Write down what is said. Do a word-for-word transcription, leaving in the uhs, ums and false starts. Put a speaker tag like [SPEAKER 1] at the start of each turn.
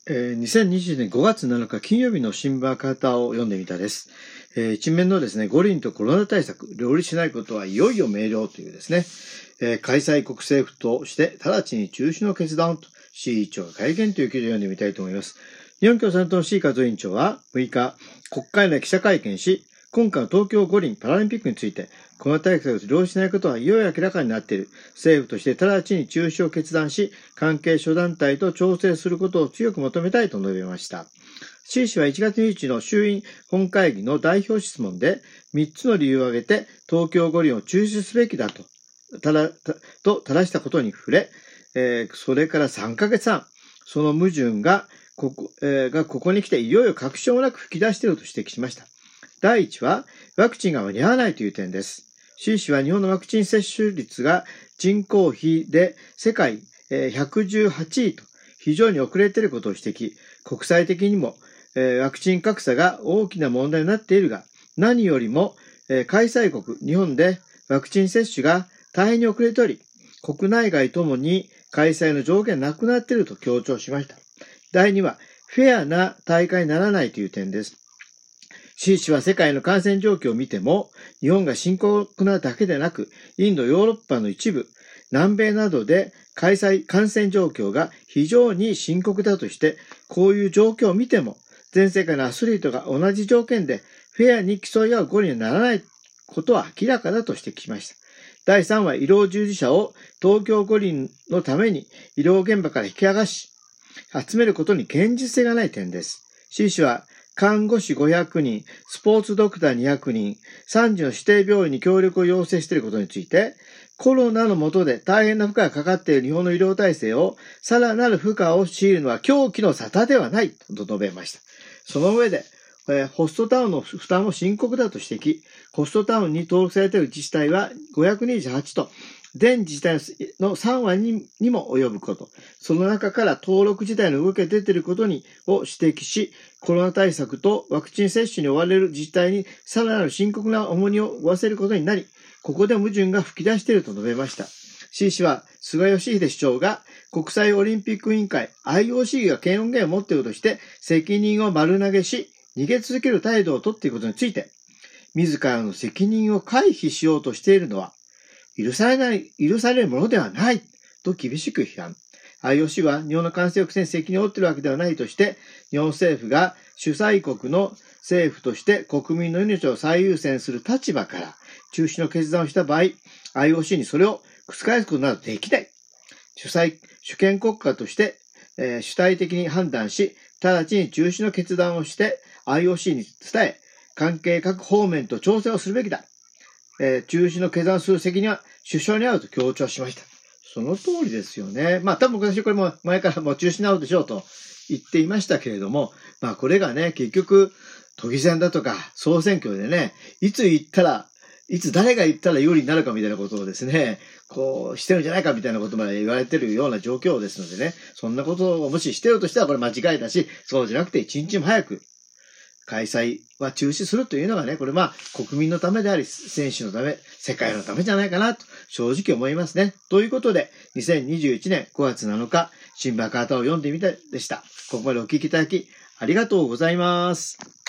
[SPEAKER 1] えー、にせんにじゅうねんごがつなのか金曜日の新聞赤旗を読んでみたです。えー、一面のですね、五輪とコロナ対策、両立しないことはいよいよ明瞭というですね、えー、開催国政府として直ちに中止の決断と シー 委員長が会見という記事を読んでみたいと思います。日本共産党の シー 和夫委員長はむいか、国会内記者会見し、今回の東京五輪パラリンピックについて、コロナ対策と両立しないことはいよいよ明らかになっている。政府として直ちに中止を決断し、関係諸団体と調整することを強く求めたいと述べました。シー 氏はいちがつにじゅういちにちの衆院本会議の代表質問で、みっつの理由を挙げて、東京五輪を中止すべきだと、ただ、たと正したことに触れ、えー、それからさんかげつはん、その矛盾がここ、えー、がここに来ていよいよ確証もなく吹き出していると指摘しました。だいいちは、ワクチンが間に合わないという点です。シー 氏は日本のワクチン接種率が人口比で世界ひゃくじゅうはちいと非常に遅れていることを指摘。国際的にもワクチン格差が大きな問題になっているが、何よりも開催国日本でワクチン接種が大変に遅れており、国内外ともに開催の条件がなくなっていると強調しました。だいには、フェアな大会にならないという点です。シー 氏は世界の感染状況を見ても、日本が深刻なだけでなく、インド、ヨーロッパの一部、南米などで開催、感染状況が非常に深刻だとして、こういう状況を見ても、全世界のアスリートが同じ条件でフェアに競い合う五輪にならないことは明らかだと指摘しました。だいさんは、医療従事者を東京五輪のために医療現場から引き剥がし、集めることに現実性がない点です。シー 氏は、看護師ごひゃくにん、スポーツドクターにひゃくにん、さんじゅうの指定病院に協力を要請していることについて、コロナの下で大変な負荷がかかっている日本の医療体制をさらなる負荷を強いるのは狂気の沙汰ではないと述べました。その上で、えー、ホストタウンの負担も深刻だと指摘。ホストタウンに登録されている自治体はごひゃくにじゅうはちと、全自治体のさんわりにも及ぶこと。その中から登録自体の動きが出ていることにを指摘し、コロナ対策とワクチン接種に追われる自治体にさらなる深刻な重荷を負わせることになり、ここで矛盾が吹き出していると述べました。シー 氏は、菅義偉首相が国際オリンピック委員会 アイオーシー が権限を持っているとして責任を丸投げし、逃げ続ける態度を取っていることについて、自らの責任を回避しようとしているのは、許されない、許されるものではないと厳しく批判。アイオーシー は日本の感染抑制に責任を負っているわけではないとして、日本政府が主催国の政府として国民の命を最優先する立場から中止の決断をした場合、アイオーシー にそれを覆すことなどできない。主催、主権国家として、えー、主体的に判断し、直ちに中止の決断をして アイオーシー に伝え、関係各方面と調整をするべきだ。えー、中止の決断をする責任は首相にあると強調しました。その通りですよね。まあ多分私これも前からもう中止になるでしょうと言っていましたけれども、まあこれがね、結局都議選だとか総選挙でね、いつ言ったら、いつ誰が言ったら有利になるかみたいなことをですね、こうしてるんじゃないかみたいなことまで言われてるような状況ですのでね、そんなことをもししてるとしたらこれ間違いだし、そうじゃなくて一日も早く開催は中止するというのがね、これまあ国民のためであり、選手のため、世界のためじゃないかなと正直思いますね。ということで、にせんにじゅういちねんごがつなのか、新聞赤旗を読んでみたでした。ここまでお聞きいただきありがとうございます。